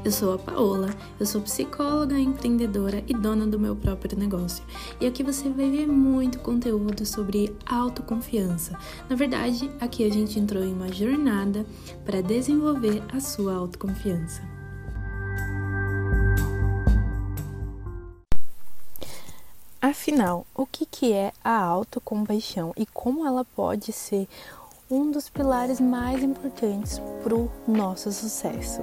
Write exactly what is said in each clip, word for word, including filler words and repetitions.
Eu sou a Paola, eu sou psicóloga, empreendedora e dona do meu próprio negócio. E aqui você vai ver muito conteúdo sobre autoconfiança. Na verdade, aqui a gente entrou em uma jornada para desenvolver a sua autoconfiança. Afinal, o que, que é a autocompaixão e como ela pode ser um dos pilares mais importantes para o nosso sucesso?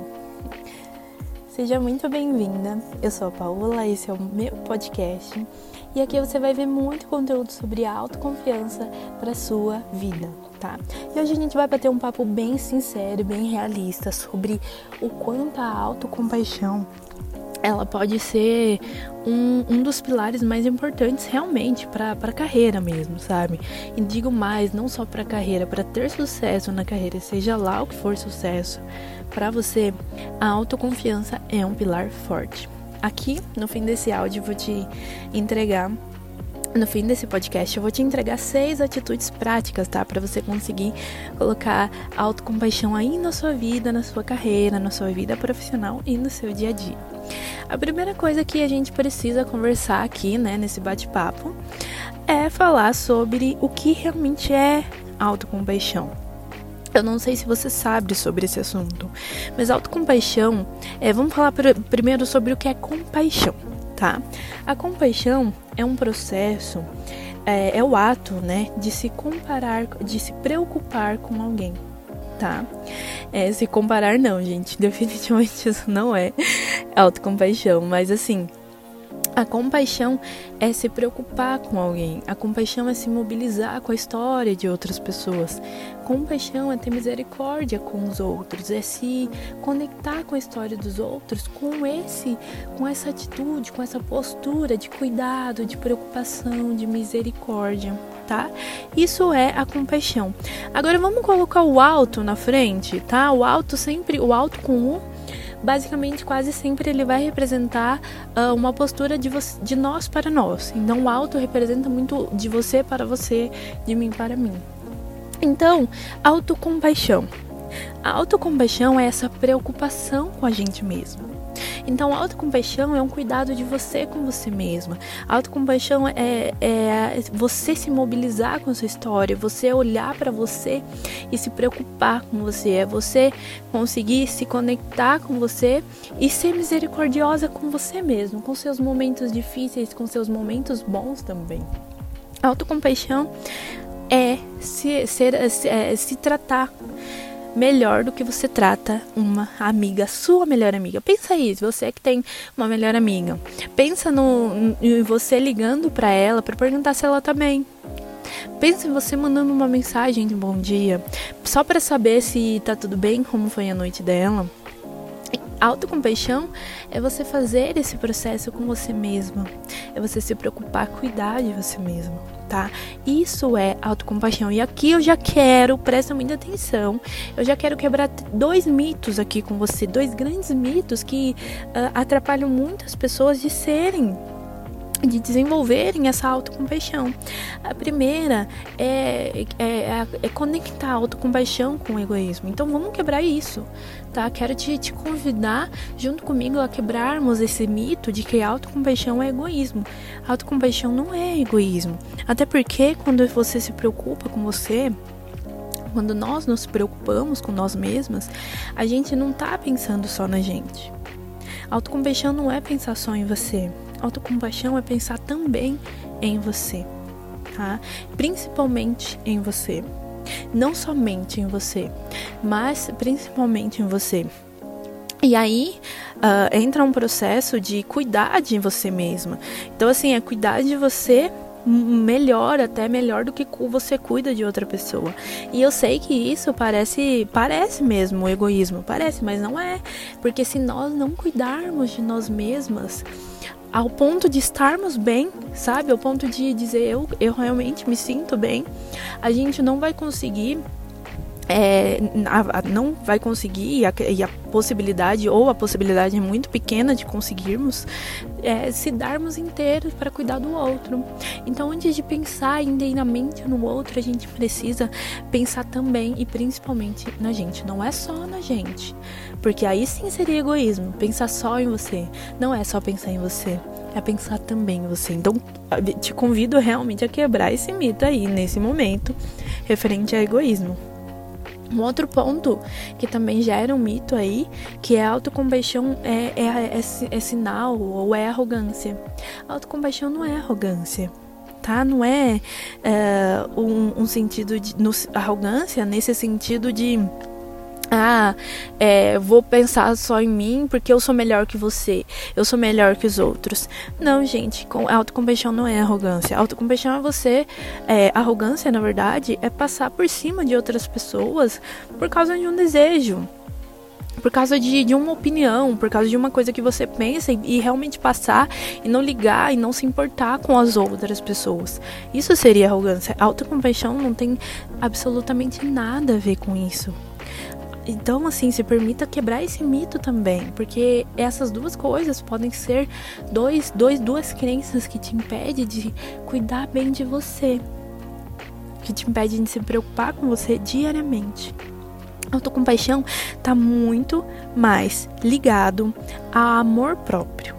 Seja muito bem-vinda, eu sou a Paola, esse é o meu podcast e aqui você vai ver muito conteúdo sobre autoconfiança para a sua vida, tá? E hoje a gente vai bater um papo bem sincero, bem realista sobre o quanto a autocompaixão ela pode ser um, um dos pilares mais importantes realmente para a carreira mesmo, sabe? E digo mais, não só para a carreira, para ter sucesso na carreira, seja lá o que for sucesso, para você, a autoconfiança é um pilar forte. Aqui, no fim desse áudio, eu vou te entregar, no fim desse podcast, eu vou te entregar seis atitudes práticas, tá? Para você conseguir colocar a autocompaixão aí na sua vida, na sua carreira, na sua vida profissional e no seu dia a dia. A primeira coisa que a gente precisa conversar aqui, né, nesse bate-papo, é falar sobre o que realmente é autocompaixão. Eu não sei se você sabe sobre esse assunto, mas autocompaixão, é, vamos falar pr- primeiro sobre o que é compaixão, tá? A compaixão é um processo, é, é o ato, né, de se comparar, de se preocupar com alguém. Tá? É, se comparar não, gente, definitivamente isso não é autocompaixão, mas assim, a compaixão é se preocupar com alguém, a compaixão é se mobilizar com a história de outras pessoas, compaixão é ter misericórdia com os outros, é se conectar com a história dos outros, com esse, com essa atitude, com essa postura de cuidado, de preocupação, de misericórdia, tá? Isso é a compaixão. Agora vamos colocar o auto na frente, tá? O auto sempre, o auto com U, basicamente quase sempre ele vai representar uh, uma postura de, você, de nós para nós. Então o auto representa muito de você para você, de mim para mim. Então, autocompaixão. A autocompaixão é essa preocupação com a gente mesmo. Então, a autocompaixão é um cuidado de você com você mesma. A autocompaixão é, é você se mobilizar com a sua história, você olhar para você e se preocupar com você. É você conseguir se conectar com você e ser misericordiosa com você mesmo, com seus momentos difíceis, com seus momentos bons também. A autocompaixão é se, ser, é, se tratar melhor do que você trata uma amiga, sua melhor amiga. Pensa aí, você que tem uma melhor amiga, pensa no, em você ligando pra ela pra perguntar se ela tá bem. Pensa em você mandando uma mensagem de bom dia, só pra saber se tá tudo bem, como foi a noite dela. Autocompaixão é você fazer esse processo com você mesma, é você se preocupar, cuidar de você mesma, tá? Isso é autocompaixão. E aqui eu já quero, presta muita atenção, eu já quero quebrar dois mitos aqui com você, dois grandes mitos que uh, atrapalham muitas pessoas de serem, de desenvolverem essa autocompaixão. A primeira é, é, é conectar a autocompaixão com o egoísmo. Então vamos quebrar isso, tá? Quero te, te convidar junto comigo a quebrarmos esse mito de que a autocompaixão é egoísmo. A autocompaixão não é egoísmo. Até porque quando você se preocupa com você, quando nós nos preocupamos com nós mesmas, a gente não tá pensando só na gente. A autocompaixão não é pensar só em você. Autocompaixão é pensar também em você, tá? Principalmente em você. Não somente em você, mas principalmente em você. E aí, uh, entra um processo de cuidar de você mesma. Então, assim, é cuidar de você melhor, até melhor do que você cuida de outra pessoa. E eu sei que isso parece, parece mesmo egoísmo, parece, mas não é. Porque se nós não cuidarmos de nós mesmas, ao ponto de estarmos bem, sabe? Ao ponto de dizer, eu, eu realmente me sinto bem, a gente não vai conseguir É, a, a, não vai conseguir, e a, e a possibilidade, ou a possibilidade é muito pequena de conseguirmos é, se darmos inteiros para cuidar do outro. Então, antes de pensar inteiramente no outro, a gente precisa pensar também e principalmente na gente. Não é só na gente, porque aí sim seria egoísmo, pensar só em você. Não é só pensar em você, é pensar também em você. Então, te convido realmente a quebrar esse mito aí, nesse momento, referente a egoísmo. Um outro ponto que também gera um mito aí, que é a autocompaixão é, é, é, é sinal ou é arrogância. A autocompaixão não é arrogância, tá? Não é, é um, um sentido de no, arrogância nesse sentido de ah, é, vou pensar só em mim porque eu sou melhor que você, eu sou melhor que os outros. Não, gente, com, autocompaixão não é arrogância. Autocompaixão é você, é, arrogância, na verdade, é passar por cima de outras pessoas por causa de um desejo, por causa de, de uma opinião, por causa de uma coisa que você pensa e, e realmente passar e não ligar e não se importar com as outras pessoas. Isso seria arrogância. Autocompaixão não tem absolutamente nada a ver com isso. Então, assim, se permita quebrar esse mito também, porque essas duas coisas podem ser dois, dois, duas crenças que te impedem de cuidar bem de você, que te impedem de se preocupar com você diariamente. A autocompaixão está muito mais ligado a amor próprio.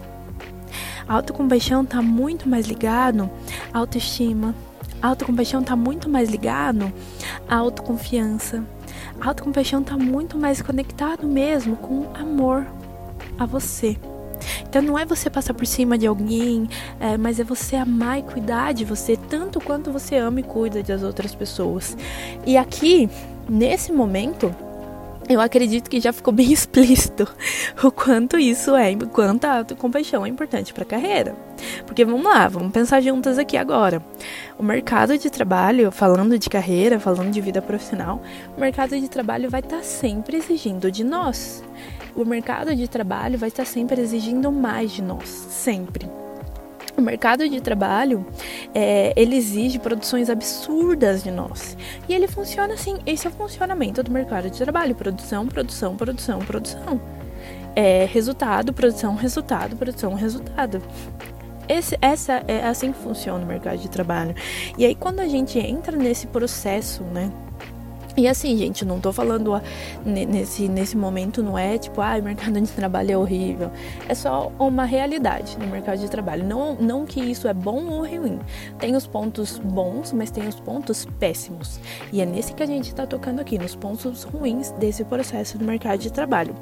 A autocompaixão está muito mais ligado à autoestima. A autocompaixão está muito mais ligado à autoconfiança. A autocompaixão está muito mais conectado mesmo com amor a você. Então não é você passar por cima de alguém, é, mas é você amar e cuidar de você tanto quanto você ama e cuida das outras pessoas. E aqui, nesse momento, eu acredito que já ficou bem explícito o quanto isso é, o quanto a autocompaixão é importante para a carreira. Porque vamos lá, vamos pensar juntas aqui agora. O mercado de trabalho, falando de carreira, falando de vida profissional, o mercado de trabalho vai estar sempre exigindo de nós. O mercado de trabalho vai estar sempre exigindo mais de nós, sempre. O mercado de trabalho, é, ele exige produções absurdas de nós. E ele funciona assim, esse é o funcionamento do mercado de trabalho. Produção, produção, produção, produção. É, resultado, produção, resultado, produção, resultado. Esse, essa é assim que funciona o mercado de trabalho. E aí quando a gente entra nesse processo, né? E assim, gente, não tô falando nesse, nesse momento, não é tipo, ah, o mercado de trabalho é horrível. É só uma realidade no mercado de trabalho. Não, não que isso é bom ou ruim. Tem os pontos bons, mas tem os pontos péssimos. E é nesse que a gente tá tocando aqui, nos pontos ruins desse processo do mercado de trabalho.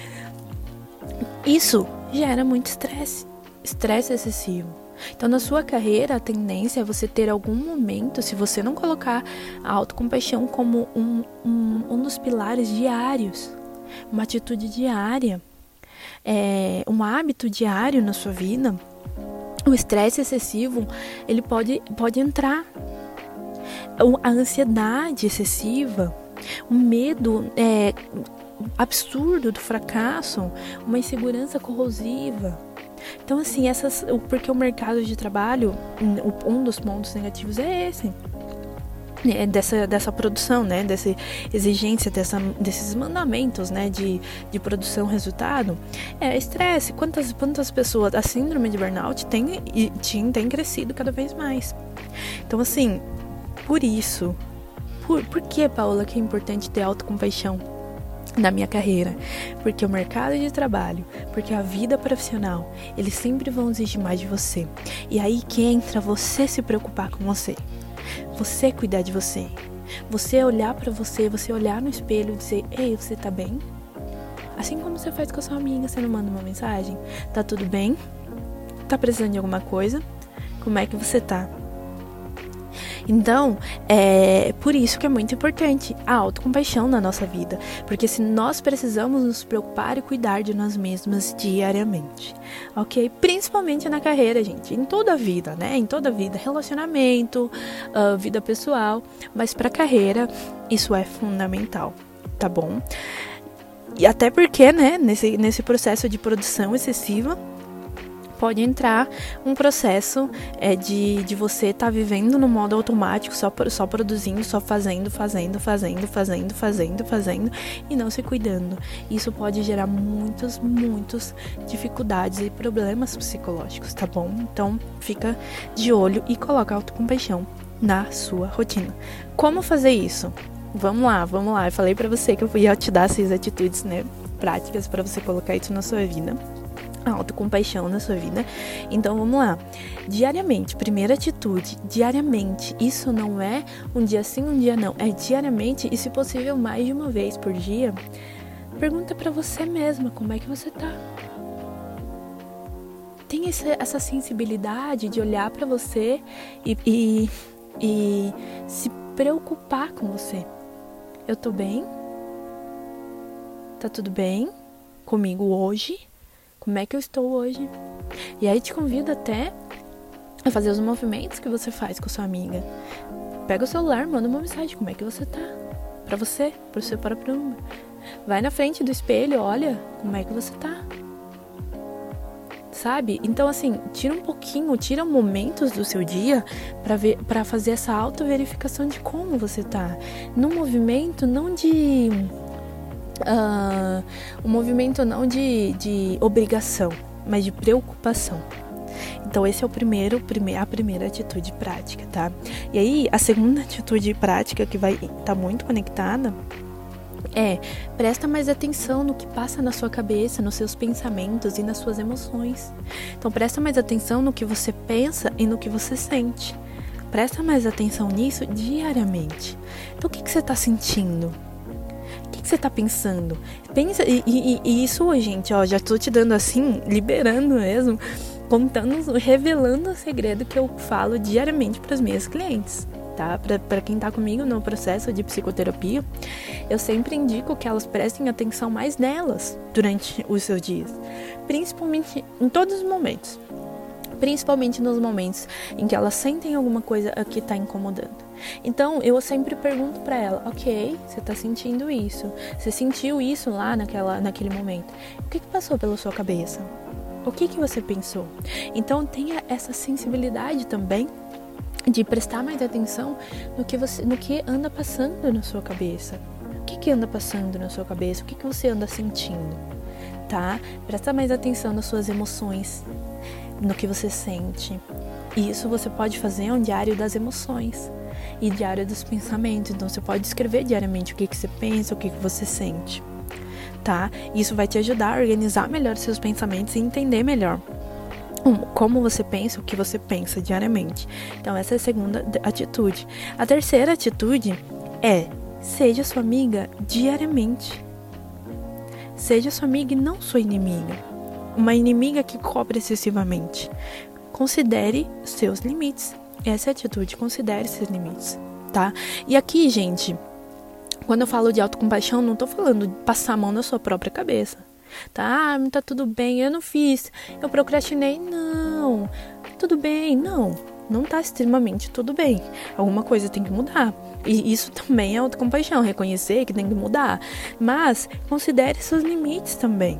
Isso gera muito estresse, estresse excessivo. Então, na sua carreira, a tendência é você ter algum momento, se você não colocar a autocompaixão como um, um, um dos pilares diários, uma atitude diária, é, um hábito diário na sua vida, o estresse excessivo, ele pode, pode entrar. A ansiedade excessiva, o medo é, absurdo do fracasso, uma insegurança corrosiva. Então, assim, essas, porque o mercado de trabalho, um dos pontos negativos é esse, é dessa, dessa produção, né, dessa exigência, dessa, desses mandamentos, né, de, de produção, resultado, é estresse. Quantas, quantas pessoas, a síndrome de burnout tem, tem, tem crescido cada vez mais. Então, assim, por isso, por, por que, Paula, que é importante ter autocompaixão na minha carreira? Porque o mercado de trabalho, porque a vida profissional, eles sempre vão exigir mais de você. E aí que entra você se preocupar com você, você cuidar de você, você olhar pra você, você olhar no espelho e dizer, ei, você tá bem? Assim como você faz com a sua amiga, você não manda uma mensagem? Tá tudo bem? Tá precisando de alguma coisa? Como é que você tá? Então, é por isso que é muito importante a autocompaixão na nossa vida, porque se nós precisamos nos preocupar e cuidar de nós mesmas diariamente, ok? Principalmente na carreira, gente, em toda a vida, né? Em toda a vida, relacionamento, uh, vida pessoal, mas para carreira isso é fundamental, tá bom? E até porque, né, nesse, nesse processo de produção excessiva, pode entrar um processo é, de, de você estar tá vivendo no modo automático, só, só produzindo, só fazendo, fazendo, fazendo, fazendo, fazendo, fazendo e não se cuidando. Isso pode gerar muitas, muitas dificuldades e problemas psicológicos, tá bom? Então, fica de olho e coloca a autocompaixão na sua rotina. Como fazer isso? Vamos lá, vamos lá. Eu falei pra você que eu ia te dar essas atitudes, né, práticas para você colocar isso na sua vida. A autocompaixão na sua vida. Então vamos lá. Diariamente, primeira atitude, diariamente. Isso não é um dia sim, um dia não. É diariamente e, se possível, mais de uma vez por dia. Pergunta pra você mesma como é que você tá. Tem esse, essa sensibilidade de olhar pra você e, e, e se preocupar com você. Eu tô bem? Tá tudo bem comigo hoje? Como é que eu estou hoje? E aí te convido até a fazer os movimentos que você faz com a sua amiga. Pega o celular, manda uma mensagem. Como é que você tá? Pra você, pro seu próprio número. Vai na frente do espelho, olha como é que você tá. Sabe? Então, assim, tira um pouquinho, tira momentos do seu dia pra, ver, pra fazer essa auto-verificação de como você tá. Num movimento não de... Uh, um movimento não de, de obrigação, mas de preocupação. Então esse é o primeiro, a primeira atitude prática, tá? E aí a segunda atitude prática, que vai estar tá muito conectada, é: presta mais atenção no que passa na sua cabeça, nos seus pensamentos e nas suas emoções. Então presta mais atenção no que você pensa e no que você sente. Presta mais atenção nisso diariamente. Então o que, que você está sentindo? O que, que você tá pensando? Pensa, e, e, e isso, gente, ó, já tô te dando assim, liberando mesmo, contando, revelando o segredo que eu falo diariamente para as minhas clientes, tá? Para quem tá comigo no processo de psicoterapia, eu sempre indico que elas prestem atenção mais nelas durante os seus dias, principalmente em todos os momentos. Principalmente nos momentos em que elas sentem alguma coisa que está incomodando. Então, eu sempre pergunto para ela: ok, você está sentindo isso, você sentiu isso lá naquela, naquele momento, o que, que passou pela sua cabeça? O que, que você pensou? Então, tenha essa sensibilidade também de prestar mais atenção no que, você, no que anda passando na sua cabeça. O que, que anda passando na sua cabeça? O que, que você anda sentindo? Tá? Presta mais atenção nas suas emoções, no que você sente. E isso você pode fazer um diário das emoções e diário dos pensamentos. Então você pode escrever diariamente o que, que você pensa, o que, que você sente, tá? Isso vai te ajudar a organizar melhor seus pensamentos e entender melhor como você pensa, o que você pensa diariamente. Então essa é a segunda atitude. A terceira atitude é: seja sua amiga diariamente. Seja sua amiga e não sua inimiga. Uma inimiga que cobra excessivamente. Considere seus limites. Essa é a atitude, considere seus limites, tá? E aqui, gente, quando eu falo de autocompaixão, não tô falando de passar a mão na sua própria cabeça, tá? Ah, tá tudo bem, eu não fiz, eu procrastinei. Não, tudo bem, não. Não tá extremamente tudo bem. Alguma coisa tem que mudar. E isso também é autocompaixão, reconhecer que tem que mudar. Mas considere seus limites também.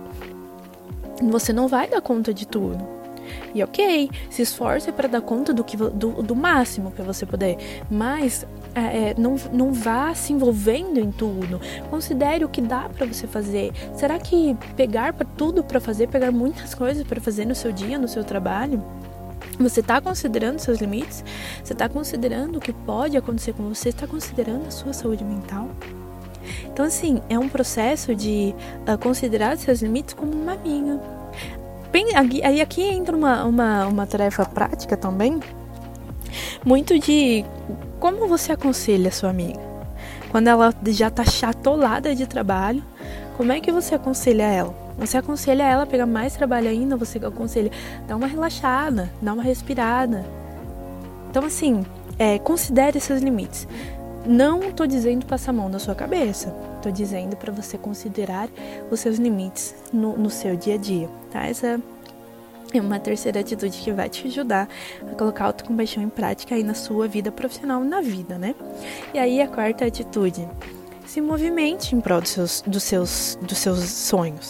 Você não vai dar conta de tudo. E ok, se esforce para dar conta do, que, do, do máximo que você puder. Mas é, não, não vá se envolvendo em tudo. Considere o que dá para você fazer. Será que pegar para tudo para fazer, pegar muitas coisas para fazer no seu dia, no seu trabalho, você está considerando seus limites? Você está considerando o que pode acontecer com você? Está considerando a sua saúde mental? Então, assim, é um processo de uh, considerar seus limites como uma amiga. Bem, aqui, aí aqui entra uma, uma, uma tarefa prática também, muito de como você aconselha a sua amiga. Quando ela já está chatolada de trabalho, como é que você aconselha ela? Você aconselha ela a pegar mais trabalho ainda? Você aconselha dar uma relaxada, dar uma respirada? Então, assim, é, considere seus limites. Não estou dizendo passar a mão na sua cabeça. Estou dizendo para você considerar os seus limites no, no seu dia a dia, tá? Essa é uma terceira atitude que vai te ajudar a colocar a autocompaixão em prática aí na sua vida profissional, na vida, né? E aí a quarta atitude: se movimente em prol dos seus, dos seus, dos seus sonhos,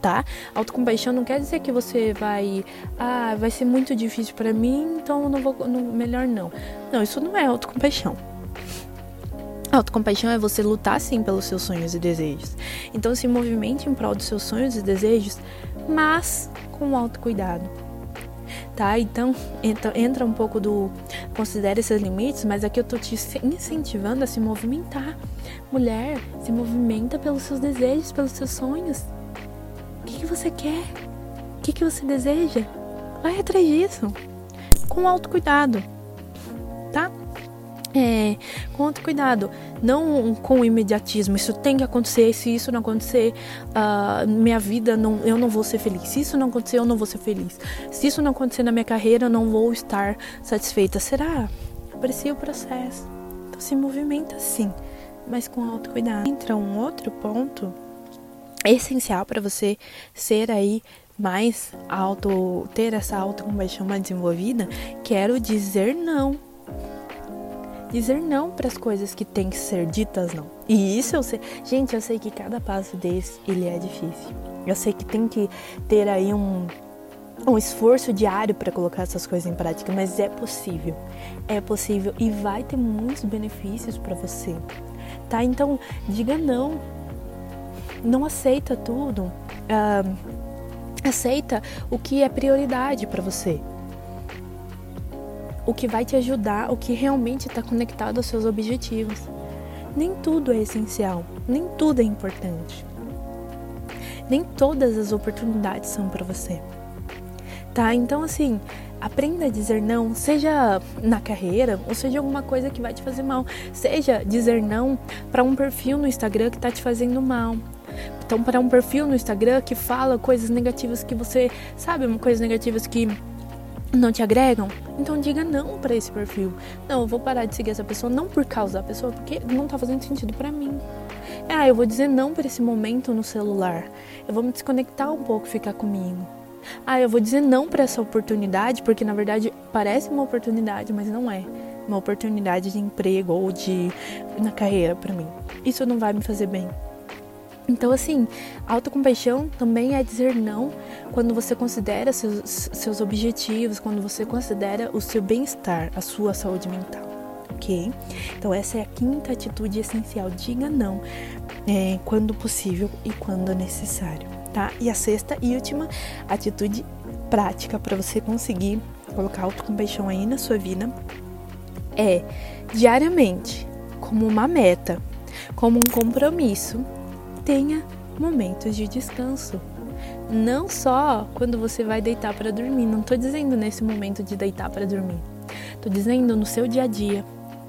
tá? Autocompaixão não quer dizer que você vai, ah, vai ser muito difícil pra mim, então eu não vou, não, melhor não. Não, isso não é autocompaixão. Autocompaixão é você lutar sim pelos seus sonhos e desejos. Então se movimente em prol dos seus sonhos e desejos, mas com autocuidado. Tá? Então entra, entra um pouco do considere seus limites, mas aqui eu tô te incentivando a se movimentar. Mulher, se movimenta pelos seus desejos, pelos seus sonhos. O que, que você quer? O que, que você deseja? Vai atrás disso. Com autocuidado. Tá? É, com autocuidado. Não com imediatismo. Isso tem que acontecer. Se isso não acontecer, uh, minha vida, não, eu não vou ser feliz. Se isso não acontecer, eu não vou ser feliz. Se isso não acontecer na minha carreira, eu não vou estar satisfeita. Será? Aprecia o processo. Então se movimenta sim, mas com autocuidado. Entra um outro ponto essencial para você ser aí mais auto, ter essa autocompaixão mais desenvolvida, quero dizer não. Dizer não para as coisas que tem que ser ditas não. E isso eu sei, gente, eu sei que cada passo desse, ele é difícil. Eu sei que tem que ter aí um, um esforço diário para colocar essas coisas em prática, mas é possível. É possível e vai ter muitos benefícios para você. Tá? Então, diga não. Não aceita tudo. Uh, aceita o que é prioridade para você. O que vai te ajudar, o que realmente está conectado aos seus objetivos. Nem tudo é essencial, nem tudo é importante. Nem todas as oportunidades são para você. Tá? Então, assim, aprenda a dizer não, seja na carreira, ou seja alguma coisa que vai te fazer mal. Seja dizer não para um perfil no Instagram que está te fazendo mal. Então, para um perfil no Instagram que fala coisas negativas que você, sabe, coisas negativas que não te agregam, então diga não para esse perfil. Não, eu vou parar de seguir essa pessoa não por causa da pessoa, porque não tá fazendo sentido para mim. Ah, eu vou dizer não para esse momento no celular. Eu vou me desconectar um pouco e ficar comigo. Ah, eu vou dizer não para essa oportunidade, porque na verdade parece uma oportunidade, mas não é uma oportunidade de emprego ou de na carreira para mim. Isso não vai me fazer bem. Então, assim, autocompaixão também é dizer não quando você considera seus, seus objetivos, quando você considera o seu bem-estar, a sua saúde mental, ok? Então, essa é a quinta atitude essencial. Diga não é, quando possível e quando necessário, tá? E a sexta e última atitude prática para você conseguir colocar autocompaixão aí na sua vida é, diariamente, como uma meta, como um compromisso, tenha momentos de descanso. Não só quando você vai deitar para dormir. Não estou dizendo nesse momento de deitar para dormir. Estou dizendo no seu dia a dia.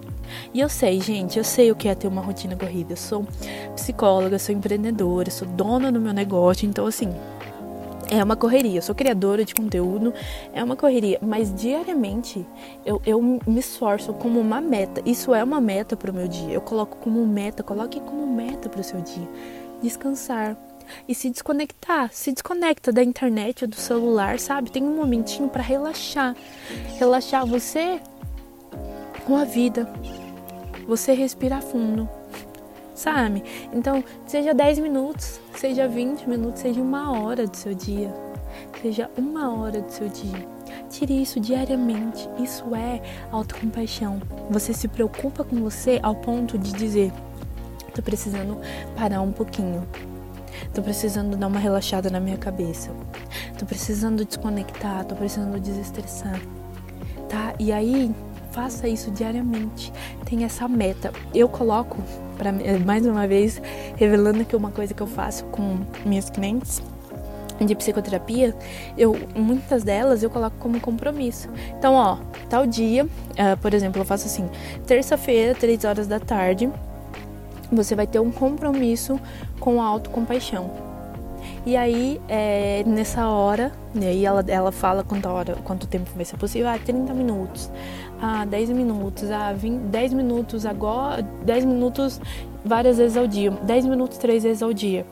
E eu sei, gente, eu sei o que é ter uma rotina corrida. Eu sou psicóloga, sou empreendedora, sou dona do meu negócio. Então, assim, é uma correria. Eu sou criadora de conteúdo, é uma correria. Mas diariamente eu, eu me esforço como uma meta. Isso é uma meta para o meu dia. Eu coloco como meta, coloque como meta para o seu dia. Descansar e se desconectar, se desconecta da internet ou do celular, sabe? Tem um momentinho para relaxar, relaxar você com a vida, você respirar fundo, sabe? Então, seja dez minutos, seja vinte minutos, seja uma hora do seu dia, seja uma hora do seu dia. Tire isso diariamente, isso é autocompaixão. Você se preocupa com você ao ponto de dizer: tô precisando parar um pouquinho. Tô precisando dar uma relaxada na minha cabeça. Tô precisando desconectar, tô precisando desestressar. Tá? E aí, faça isso diariamente. Tem essa meta. Eu coloco, pra, mais uma vez, revelando aqui uma coisa que eu faço com minhas clientes de psicoterapia, eu, muitas delas eu coloco como compromisso. Então, ó, tal dia, uh, por exemplo, eu faço assim, terça-feira, três horas da tarde, você vai ter um compromisso com a autocompaixão. E aí, é, nessa hora, e aí ela, ela fala quanto, hora, quanto tempo vai ser possível. Ah, trinta minutos, ah, dez minutos, ah, vinte, dez minutos agora, dez minutos várias vezes ao dia, dez minutos três vezes ao dia.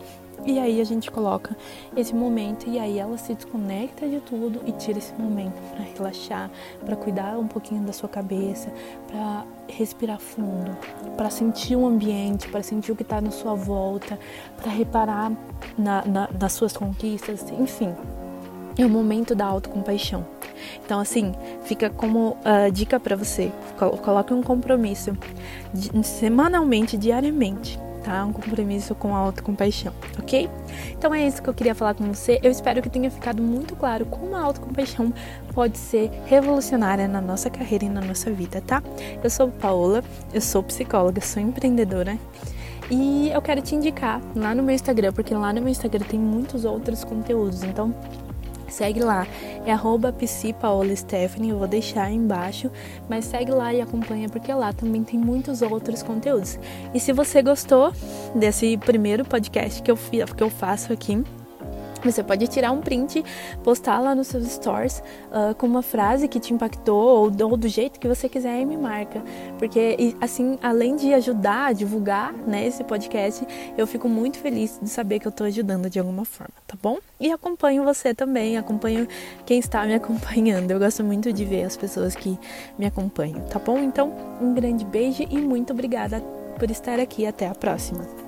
E aí a gente coloca esse momento e aí ela se desconecta de tudo e tira esse momento para relaxar, para cuidar um pouquinho da sua cabeça, para respirar fundo, para sentir o ambiente, para sentir o que está na sua volta, para reparar na, na, nas suas conquistas, enfim. É o momento da autocompaixão. Então, assim, fica como uh, dica para você, coloque um compromisso de, semanalmente, diariamente, tá? Um compromisso com a autocompaixão, ok? Então é isso que eu queria falar com você. Eu espero que tenha ficado muito claro como a autocompaixão pode ser revolucionária na nossa carreira e na nossa vida, tá? Eu sou Paola, eu sou psicóloga, sou empreendedora. E eu quero te indicar lá no meu Instagram, porque lá no meu Instagram tem muitos outros conteúdos, então segue lá, é arroba psipaolastephanie, eu vou deixar aí embaixo, mas segue lá e acompanha, porque lá também tem muitos outros conteúdos. E se você gostou desse primeiro podcast que eu, que eu faço aqui, você pode tirar um print, postar lá nos seus stories uh, com uma frase que te impactou ou, ou do jeito que você quiser e me marca. Porque assim, além de ajudar a divulgar, né, esse podcast, eu fico muito feliz de saber que eu estou ajudando de alguma forma, tá bom? E acompanho você também, acompanho quem está me acompanhando. Eu gosto muito de ver as pessoas que me acompanham, tá bom? Então, um grande beijo e muito obrigada por estar aqui. Até a próxima.